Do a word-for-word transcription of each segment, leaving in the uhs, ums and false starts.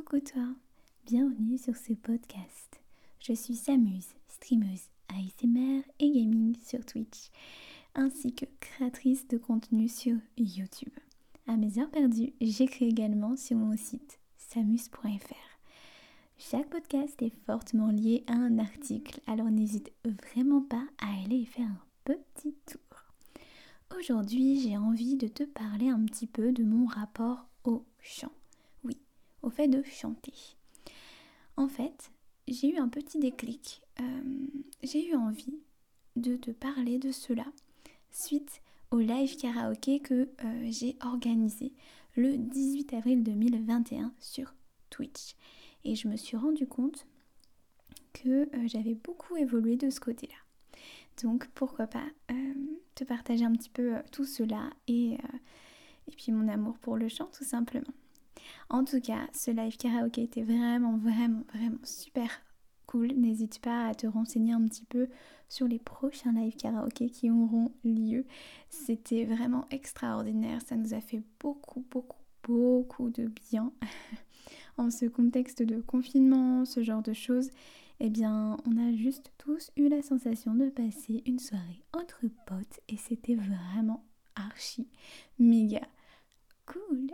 Coucou toi, bienvenue sur ce podcast. Je suis Samuse, streameuse A S M R et gaming sur Twitch, ainsi que créatrice de contenu sur YouTube. À mes heures perdues, j'écris également sur mon site samuse point f r. Chaque podcast est fortement lié à un article, alors n'hésite vraiment pas à aller y faire un petit tour. Aujourd'hui, j'ai envie de te parler un petit peu de mon rapport au chant. Oui, au fait de chanter. En fait, j'ai eu un petit déclic. Euh, j'ai eu envie de te parler de cela suite au live karaoké que euh, j'ai organisé le dix-huit avril deux mille vingt et un sur Twitch. Et je me suis rendu compte que euh, j'avais beaucoup évolué de ce côté-là. Donc pourquoi pas euh, te partager un petit peu euh, tout cela et, euh, et puis mon amour pour le chant tout simplement. En tout cas, ce live karaoké était vraiment, vraiment, vraiment super cool. N'hésite pas à te renseigner un petit peu sur les prochains live karaoké qui auront lieu. C'était vraiment extraordinaire. Ça nous a fait beaucoup, beaucoup, beaucoup de bien. En ce contexte de confinement, ce genre de choses, eh bien, on a juste tous eu la sensation de passer une soirée entre potes et c'était vraiment archi, méga cool.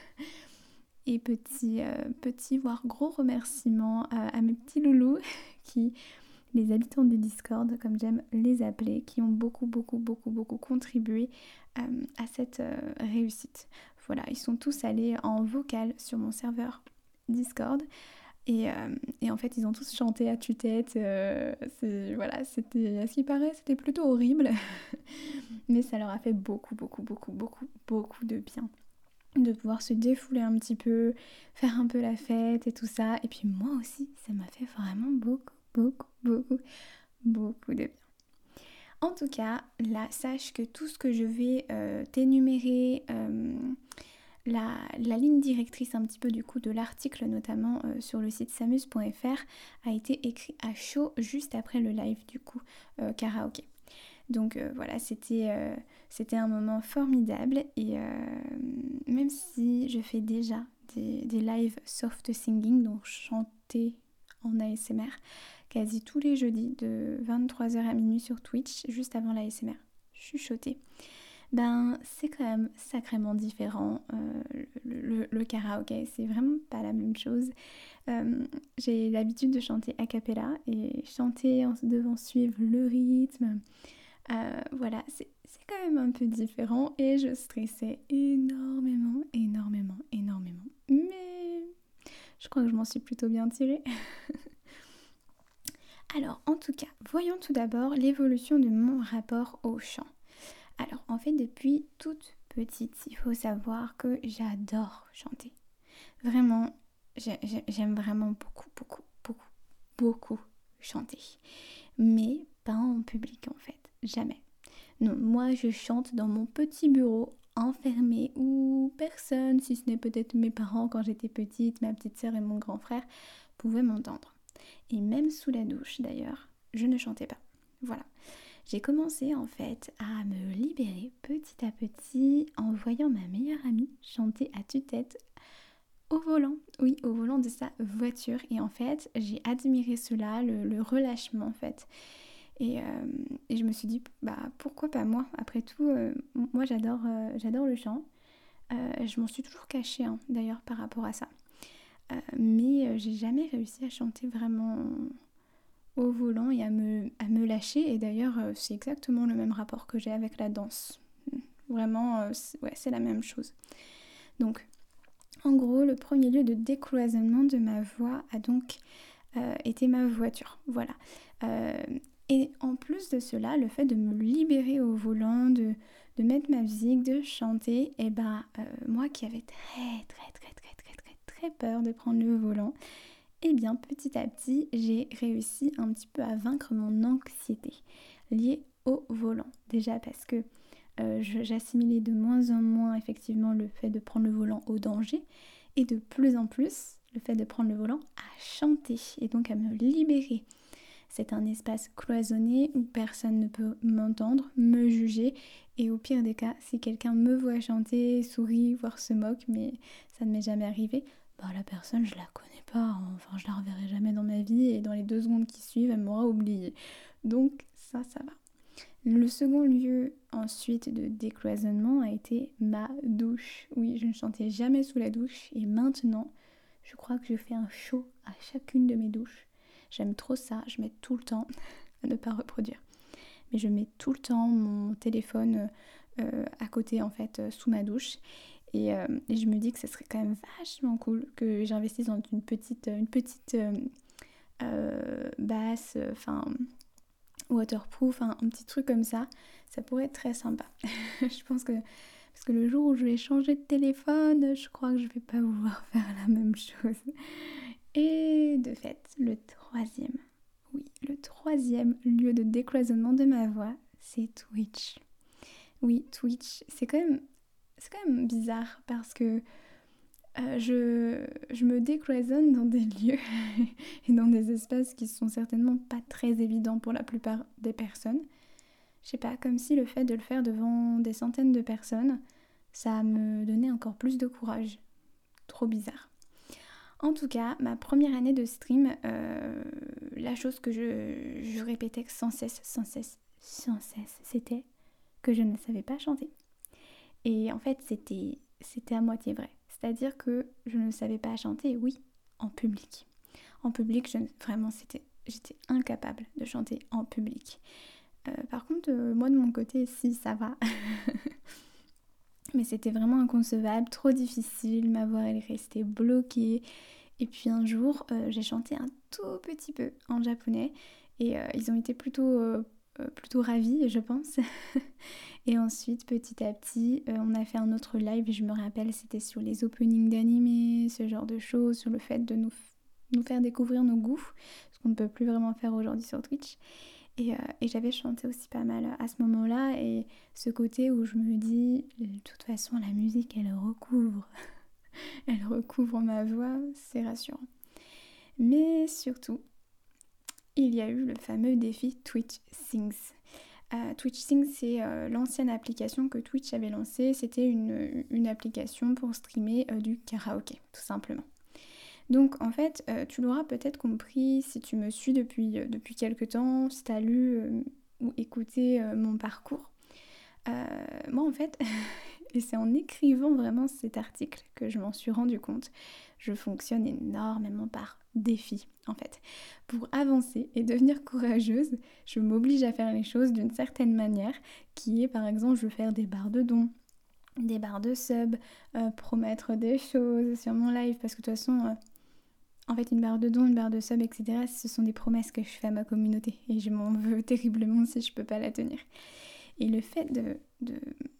Et petit, euh, petit voire gros remerciement à, à mes petits loulous, qui, les habitants du Discord, comme j'aime les appeler, qui ont beaucoup, beaucoup, beaucoup, beaucoup contribué euh, à cette euh, réussite. Voilà, ils sont tous allés en vocal sur mon serveur Discord. Et, euh, et en fait, ils ont tous chanté à tue-tête. Euh, c'est, voilà, c'était, à ce qui paraît, c'était plutôt horrible. Mais ça leur a fait beaucoup, beaucoup, beaucoup, beaucoup, beaucoup de bien. De pouvoir se défouler un petit peu, faire un peu la fête et tout ça. Et puis moi aussi, ça m'a fait vraiment beaucoup, beaucoup, beaucoup, beaucoup de bien. En tout cas, là, sache que tout ce que je vais euh, t'énumérer, euh, la, la ligne directrice un petit peu du coup de l'article, notamment euh, sur le site samuse point f r, a été écrit à chaud juste après le live du coup euh, karaoké. Donc euh, voilà, c'était, euh, c'était un moment formidable et euh, même si je fais déjà des, des lives soft singing, donc chanter en A S M R, quasi tous les jeudis de vingt-trois heures à minuit sur Twitch, juste avant l'A S M R, chuchoter, ben c'est quand même sacrément différent. Euh, le, le, le karaoké, c'est vraiment pas la même chose. Euh, j'ai l'habitude de chanter a cappella et chanter en devant suivre le rythme. Euh, voilà, c'est, c'est quand même un peu différent et je stressais énormément, énormément, énormément. Mais je crois que je m'en suis plutôt bien tirée. Alors, en tout cas, voyons tout d'abord l'évolution de mon rapport au chant. Alors, en fait, depuis toute petite, il faut savoir que j'adore chanter. Vraiment, j'ai, j'ai, j'aime vraiment beaucoup, beaucoup, beaucoup, beaucoup chanter. Mais pas en public, en fait. Jamais. Non, moi je chante dans mon petit bureau, enfermé, où personne, si ce n'est peut-être mes parents quand j'étais petite, ma petite sœur et mon grand frère, pouvaient m'entendre. Et même sous la douche d'ailleurs, je ne chantais pas. Voilà. J'ai commencé en fait à me libérer petit à petit en voyant ma meilleure amie chanter à tue-tête au volant. Oui, au volant de sa voiture. Et en fait, j'ai admiré cela, le, le relâchement en fait. Et, euh, et je me suis dit, bah pourquoi pas moi. Après tout, euh, moi j'adore, euh, j'adore le chant. Euh, je m'en suis toujours cachée hein, d'ailleurs par rapport à ça. Euh, mais euh, j'ai jamais réussi à chanter vraiment au volant et à me, à me lâcher. Et d'ailleurs, euh, c'est exactement le même rapport que j'ai avec la danse. Vraiment, euh, c'est, ouais, c'est la même chose. Donc, en gros, le premier lieu de décloisonnement de ma voix a donc euh, été ma voiture. Voilà. Euh, Et en plus de cela, le fait de me libérer au volant, de, de mettre ma musique, de chanter, et ben euh, moi qui avais très très très très très très très peur de prendre le volant, et bien petit à petit j'ai réussi un petit peu à vaincre mon anxiété liée au volant. Déjà parce que euh, j'assimilais de moins en moins effectivement le fait de prendre le volant au danger et de plus en plus le fait de prendre le volant à chanter et donc à me libérer. C'est un espace cloisonné où personne ne peut m'entendre, me juger Et au pire des cas, si quelqu'un me voit chanter, sourit, voire se moque, mais ça ne m'est jamais arrivé, bah la personne, je la connais pas, hein. Enfin je la reverrai jamais dans ma vie et dans les deux secondes qui suivent, elle m'aura oublié. Donc ça, ça va. Le second lieu ensuite de décloisonnement a été ma douche. Oui, je ne chantais jamais sous la douche et maintenant, je crois que je fais un show à chacune de mes douches. J'aime trop ça, je mets tout le temps à ne pas reproduire. Mais je mets tout le temps mon téléphone euh, à côté en fait euh, sous ma douche et, euh, et je me dis que ce serait quand même vachement cool que j'investisse dans une petite, une petite euh, euh, basse, enfin euh, waterproof, un, un petit truc comme ça, ça pourrait être très sympa. Je pense que parce que le jour où je vais changer de téléphone, je crois que je vais pas vouloir faire la même chose. Et de fait, le troisième, oui, le troisième lieu de décloisonnement de ma voix, c'est Twitch. Oui, Twitch, c'est quand même, c'est quand même bizarre parce que euh, je, je me décloisonne dans des lieux et dans des espaces qui sont certainement pas très évidents pour la plupart des personnes. Je sais pas, comme si le fait de le faire devant des centaines de personnes, ça me donnait encore plus de courage. Trop bizarre. En tout cas, ma première année de stream, euh, la chose que je, je répétais sans cesse, sans cesse, sans cesse, c'était que je ne savais pas chanter. Et en fait, c'était, c'était à moitié vrai. C'est-à-dire que je ne savais pas chanter, oui, en public. En public, je, vraiment, c'était, j'étais incapable de chanter en public. Euh, par contre, euh, moi de mon côté, si, ça va. Mais c'était vraiment inconcevable, trop difficile, ma voix elle restait bloquée. Et puis un jour, euh, j'ai chanté un tout petit peu en japonais et euh, ils ont été plutôt, euh, plutôt ravis, je pense. Et ensuite, petit à petit, euh, on a fait un autre live, je me rappelle, c'était sur les openings d'animés, ce genre de choses, sur le fait de nous, f- nous faire découvrir nos goûts, ce qu'on ne peut plus vraiment faire aujourd'hui sur Twitch. Et, euh, et j'avais chanté aussi pas mal à ce moment-là, et ce côté où je me dis, de toute façon, la musique, elle recouvre, elle recouvre ma voix, c'est rassurant. Mais surtout, il y a eu le fameux défi Twitch Sings. Euh, Twitch Sings, c'est euh, l'ancienne application que Twitch avait lancée. C'était une, une application pour streamer euh, du karaoké, tout simplement. Donc en fait, euh, tu l'auras peut-être compris si tu me suis depuis, euh, depuis quelques temps, si tu as lu euh, ou écouté euh, mon parcours. Euh, moi en fait, et c'est en écrivant vraiment cet article que je m'en suis rendu compte, je fonctionne énormément par défi en fait. Pour avancer et devenir courageuse, je m'oblige à faire les choses d'une certaine manière, qui est par exemple, je veux faire des barres de dons, des barres de sub, euh, promettre des choses sur mon live, parce que de toute façon... Euh, En fait, une barre de dons, une barre de sub, et cetera, ce sont des promesses que je fais à ma communauté. Et je m'en veux terriblement si je peux pas la tenir. Et le fait de, de,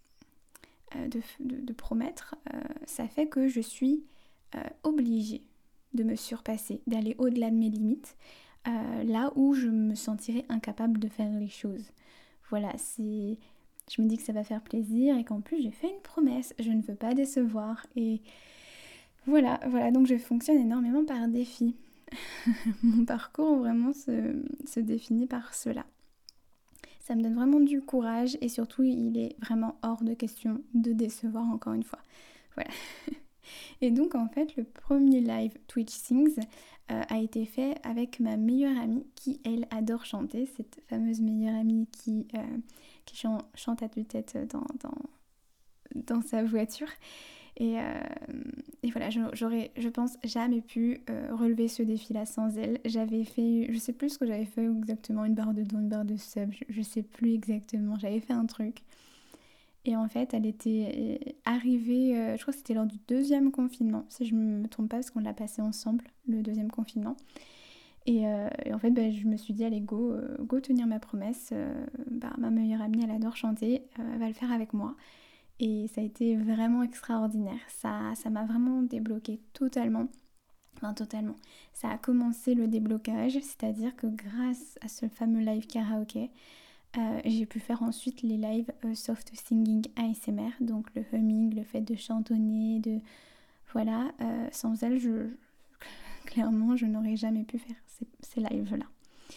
de, de, de promettre, euh, ça fait que je suis euh, obligée de me surpasser, d'aller au-delà de mes limites, euh, là où je me sentirais incapable de faire les choses. Voilà, c'est... Je me dis que ça va faire plaisir et qu'en plus j'ai fait une promesse, je ne veux pas décevoir. Et voilà, voilà, donc je fonctionne énormément par défi. Mon parcours vraiment se, se définit par cela. Ça me donne vraiment du courage et surtout il est vraiment hors de question de décevoir encore une fois. Voilà. Et donc en fait le premier live Twitch Sings euh, a été fait avec ma meilleure amie qui elle adore chanter, cette fameuse meilleure amie qui, euh, qui chan- chante à tue-tête dans, dans, dans sa voiture. Et, euh, et voilà, j'aurais, je pense, jamais pu euh, relever ce défi-là sans elle. J'avais fait, je sais plus ce que j'avais fait exactement, une barre de don, une barre de sub, je, je sais plus exactement. J'avais fait un truc. Et en fait, elle était arrivée, euh, je crois que c'était lors du deuxième confinement, si je me trompe pas, parce qu'on l'a passé ensemble, le deuxième confinement. Et, euh, et en fait, bah, je me suis dit, allez, go, euh, go tenir ma promesse. Euh, bah, ma meilleure amie, elle adore chanter, euh, elle va le faire avec moi. Et ça a été vraiment extraordinaire. Ça, ça m'a vraiment débloqué totalement. Enfin, totalement. Ça a commencé le déblocage, c'est-à-dire que grâce à ce fameux live karaoké, euh, j'ai pu faire ensuite les lives euh, soft singing A S M R, donc le humming, le fait de chantonner, de... Voilà, euh, sans elle, je... clairement, je n'aurais jamais pu faire ces, ces lives-là.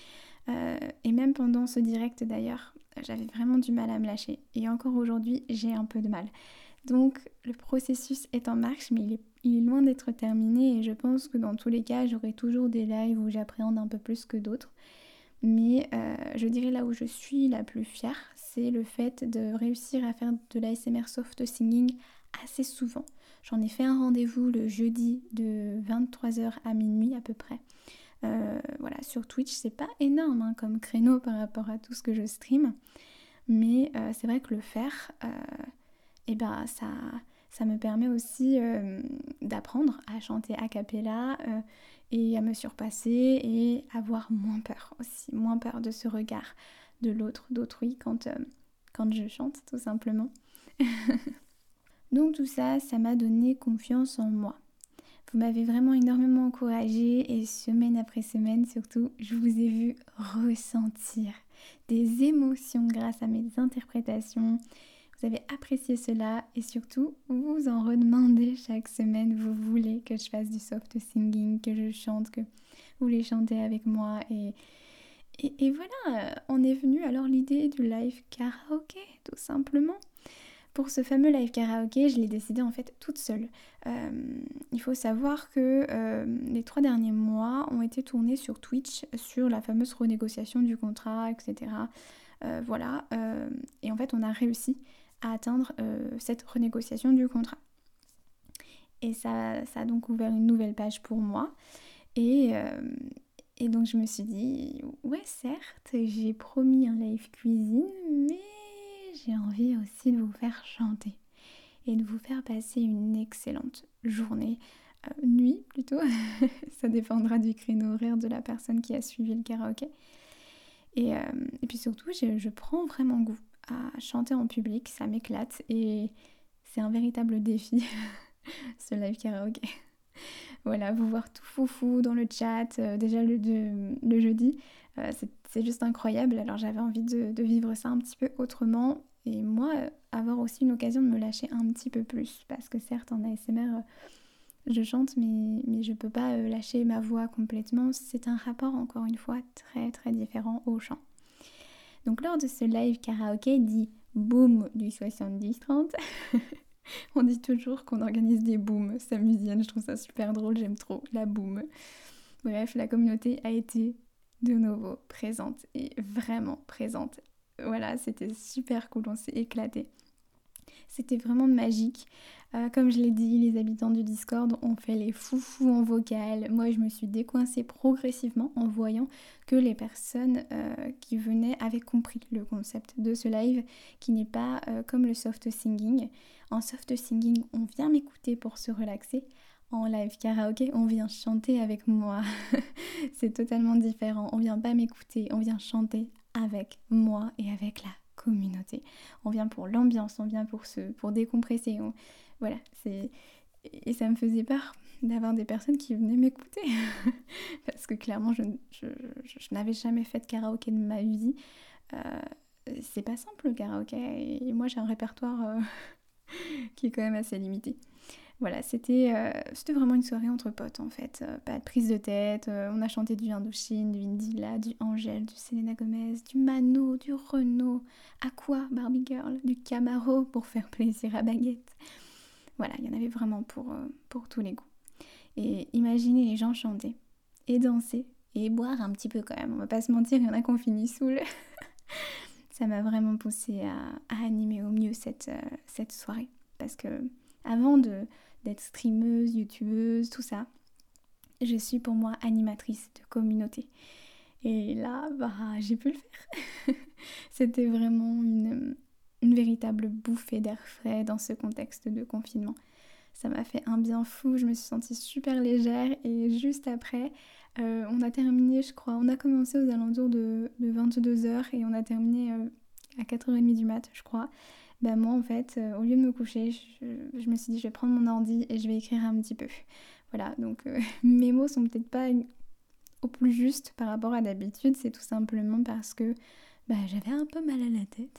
Euh, et même pendant ce direct d'ailleurs, j'avais vraiment du mal à me lâcher. Et encore aujourd'hui, j'ai un peu de mal. Donc le processus est en marche, mais il est, il est loin d'être terminé. Et je pense que dans tous les cas, j'aurai toujours des lives où j'appréhende un peu plus que d'autres. Mais euh, je dirais là où je suis la plus fière, c'est le fait de réussir à faire de l'A S M R soft singing assez souvent. J'en ai fait un rendez-vous le jeudi de vingt-trois heures à minuit à peu près. Euh, voilà, sur Twitch, c'est pas énorme hein, comme créneau par rapport à tout ce que je stream. Mais euh, c'est vrai que le faire, euh, et ben ça, ça me permet aussi euh, d'apprendre à chanter a cappella euh, et à me surpasser et avoir moins peur aussi, moins peur de ce regard de l'autre, d'autrui quand, euh, quand je chante tout simplement. Donc tout ça, ça m'a donné confiance en moi. Vous m'avez vraiment énormément encouragée et semaine après semaine surtout, je vous ai vu ressentir des émotions grâce à mes interprétations. Vous avez apprécié cela et surtout, vous en redemandez chaque semaine. Vous voulez que je fasse du soft singing, que je chante, que vous voulez chanter avec moi. Et, et, et voilà, on est venu alors l'idée du live karaoké, tout simplement. Pour ce fameux live karaoké, je l'ai décidé en fait toute seule. Euh, il faut savoir que euh, les trois derniers mois ont été tournés sur Twitch, sur la fameuse renégociation du contrat, et cetera. Euh, voilà, euh, et en fait on a réussi à atteindre euh, cette renégociation du contrat. Et ça, ça a donc ouvert une nouvelle page pour moi. Et, euh, et donc je me suis dit, ouais certes, j'ai promis un live cuisine, mais j'ai envie aussi de vous faire chanter et de vous faire passer une excellente journée, euh, nuit plutôt, ça dépendra du créneau horaire de la personne qui a suivi le karaoké. Et, euh, et puis surtout, je, je prends vraiment goût à chanter en public, ça m'éclate et c'est un véritable défi, ce live karaoké. Voilà, vous voir tout foufou dans le chat, euh, déjà le, de, le jeudi, euh, c'est, c'est juste incroyable. Alors j'avais envie de, de vivre ça un petit peu autrement et moi, euh, avoir aussi une occasion de me lâcher un petit peu plus. Parce que certes, en A S M R, euh, je chante, mais, mais je peux pas euh, lâcher ma voix complètement. C'est un rapport, encore une fois, très très différent au chant. Donc lors de ce live karaoké dit boom du soixante-dix trente, on dit toujours qu'on organise des booms samusiennes, je trouve ça super drôle, j'aime trop la boom. Bref, la communauté a été de nouveau présente et vraiment présente. Voilà, c'était super cool, on s'est éclaté. C'était vraiment magique. Euh, comme je l'ai dit, les habitants du Discord ont fait les foufous en vocal. Moi, je me suis décoincée progressivement en voyant que les personnes euh, qui venaient avaient compris le concept de ce live, qui n'est pas euh, comme le soft singing. En soft singing, on vient m'écouter pour se relaxer. En live karaoké, on vient chanter avec moi. C'est totalement différent. On vient pas m'écouter, on vient chanter avec moi et avec la communauté. On vient pour l'ambiance, on vient pour, se, pour décompresser. On... Voilà, c'est... Et ça me faisait peur d'avoir des personnes qui venaient m'écouter. Parce que clairement, je, je, je, je n'avais jamais fait de karaoké de ma vie. Euh, c'est pas simple le karaoké. Et moi, j'ai un répertoire euh, qui est quand même assez limité. Voilà, c'était, euh, c'était vraiment une soirée entre potes en fait. Euh, pas de prise de tête. Euh, on a chanté du Indochine, du Indila, du Angèle, du Selena Gomez, du Mano, du Renaud, Aqua, Barbie Girl, du Camaro pour faire plaisir à Baguette. Voilà, il y en avait vraiment pour, euh, pour tous les goûts. Et imaginez les gens chanter et danser et boire un petit peu quand même. On va pas se mentir, il y en a qui ont fini saoul. Ça m'a vraiment poussée à, à animer au mieux cette, euh, cette soirée. Parce que avant de, d'être streameuse, youtubeuse, tout ça, je suis pour moi animatrice de communauté. Et là, bah, j'ai pu le faire. C'était vraiment une, une véritable bouffée d'air frais dans ce contexte de confinement. Ça m'a fait un bien fou, je me suis sentie super légère et juste après, euh, on a terminé, je crois, on a commencé aux alentours de, de vingt-deux heures et on a terminé euh, à quatre heures trente du mat, je crois. Ben moi en fait, euh, au lieu de me coucher, je, je me suis dit je vais prendre mon ordi et je vais écrire un petit peu. Voilà, donc euh, mes mots sont peut-être pas au plus juste par rapport à d'habitude, c'est tout simplement parce que bah, j'avais un peu mal à la tête.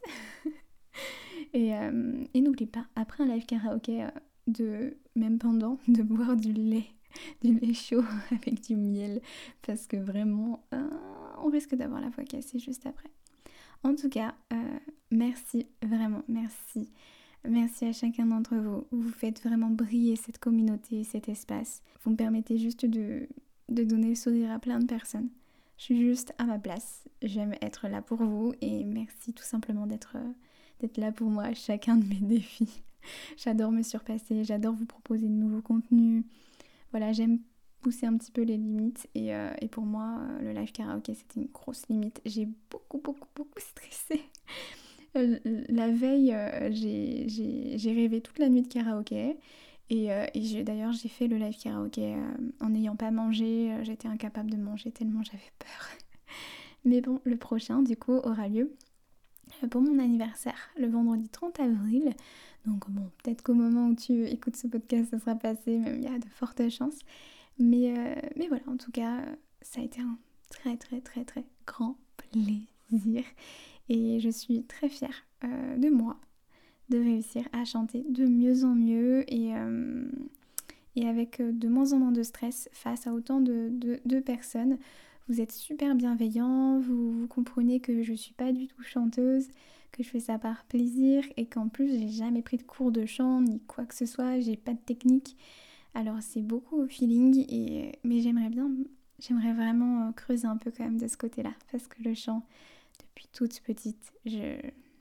et, euh, et n'oublie pas, après un live karaoké, euh, de, même pendant, de boire du lait, du lait chaud avec du miel, parce que vraiment, euh, on risque d'avoir la voix cassée juste après. En tout cas, euh, merci, vraiment, merci. Merci à chacun d'entre vous. Vous faites vraiment briller cette communauté, cet espace. Vous me permettez juste de, de donner le sourire à plein de personnes. Je suis juste à ma place. J'aime être là pour vous et merci tout simplement d'être, d'être là pour moi à chacun de mes défis. J'adore me surpasser, j'adore vous proposer de nouveaux contenus. Voilà, j'aime pousser un petit peu les limites et, euh, et pour moi, euh, le live karaoké, c'était une grosse limite. J'ai beaucoup, beaucoup, beaucoup stressé. Euh, la veille, euh, j'ai, j'ai, j'ai rêvé toute la nuit de karaoké. Et, euh, et j'ai, d'ailleurs, j'ai fait le live karaoké euh, en n'ayant pas mangé. Euh, j'étais incapable de manger tellement j'avais peur. Mais bon, le prochain, du coup, aura lieu pour mon anniversaire, le vendredi trente avril. Donc bon, peut-être qu'au moment où tu écoutes ce podcast, ça sera passé, même il y a de fortes chances. Mais, euh, mais voilà, en tout cas, ça a été un très très très très grand plaisir. Et je suis très fière euh, de moi, de réussir à chanter de mieux en mieux et, euh, et avec de moins en moins de stress face à autant de, de, de personnes. Vous êtes super bienveillants, vous, vous comprenez que je suis pas du tout chanteuse, que je fais ça par plaisir et qu'en plus j'ai jamais pris de cours de chant ni quoi que ce soit, j'ai pas de technique. Alors c'est beaucoup au feeling, et, mais j'aimerais bien, j'aimerais vraiment creuser un peu quand même de ce côté-là parce que le chant, depuis toute petite, je,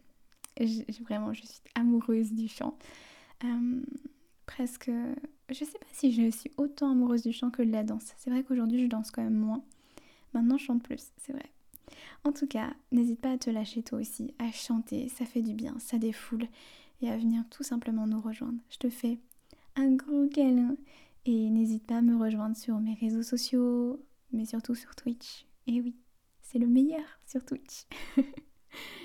je vraiment je suis amoureuse du chant. Euh, presque, je sais pas si je suis autant amoureuse du chant que de la danse. C'est vrai qu'aujourd'hui je danse quand même moins. Maintenant, je chante plus, c'est vrai. En tout cas, n'hésite pas à te lâcher toi aussi, à chanter, ça fait du bien, ça défoule, et à venir tout simplement nous rejoindre. Je te fais un gros câlin, et n'hésite pas à me rejoindre sur mes réseaux sociaux, mais surtout sur Twitch. Et oui, c'est le meilleur sur Twitch.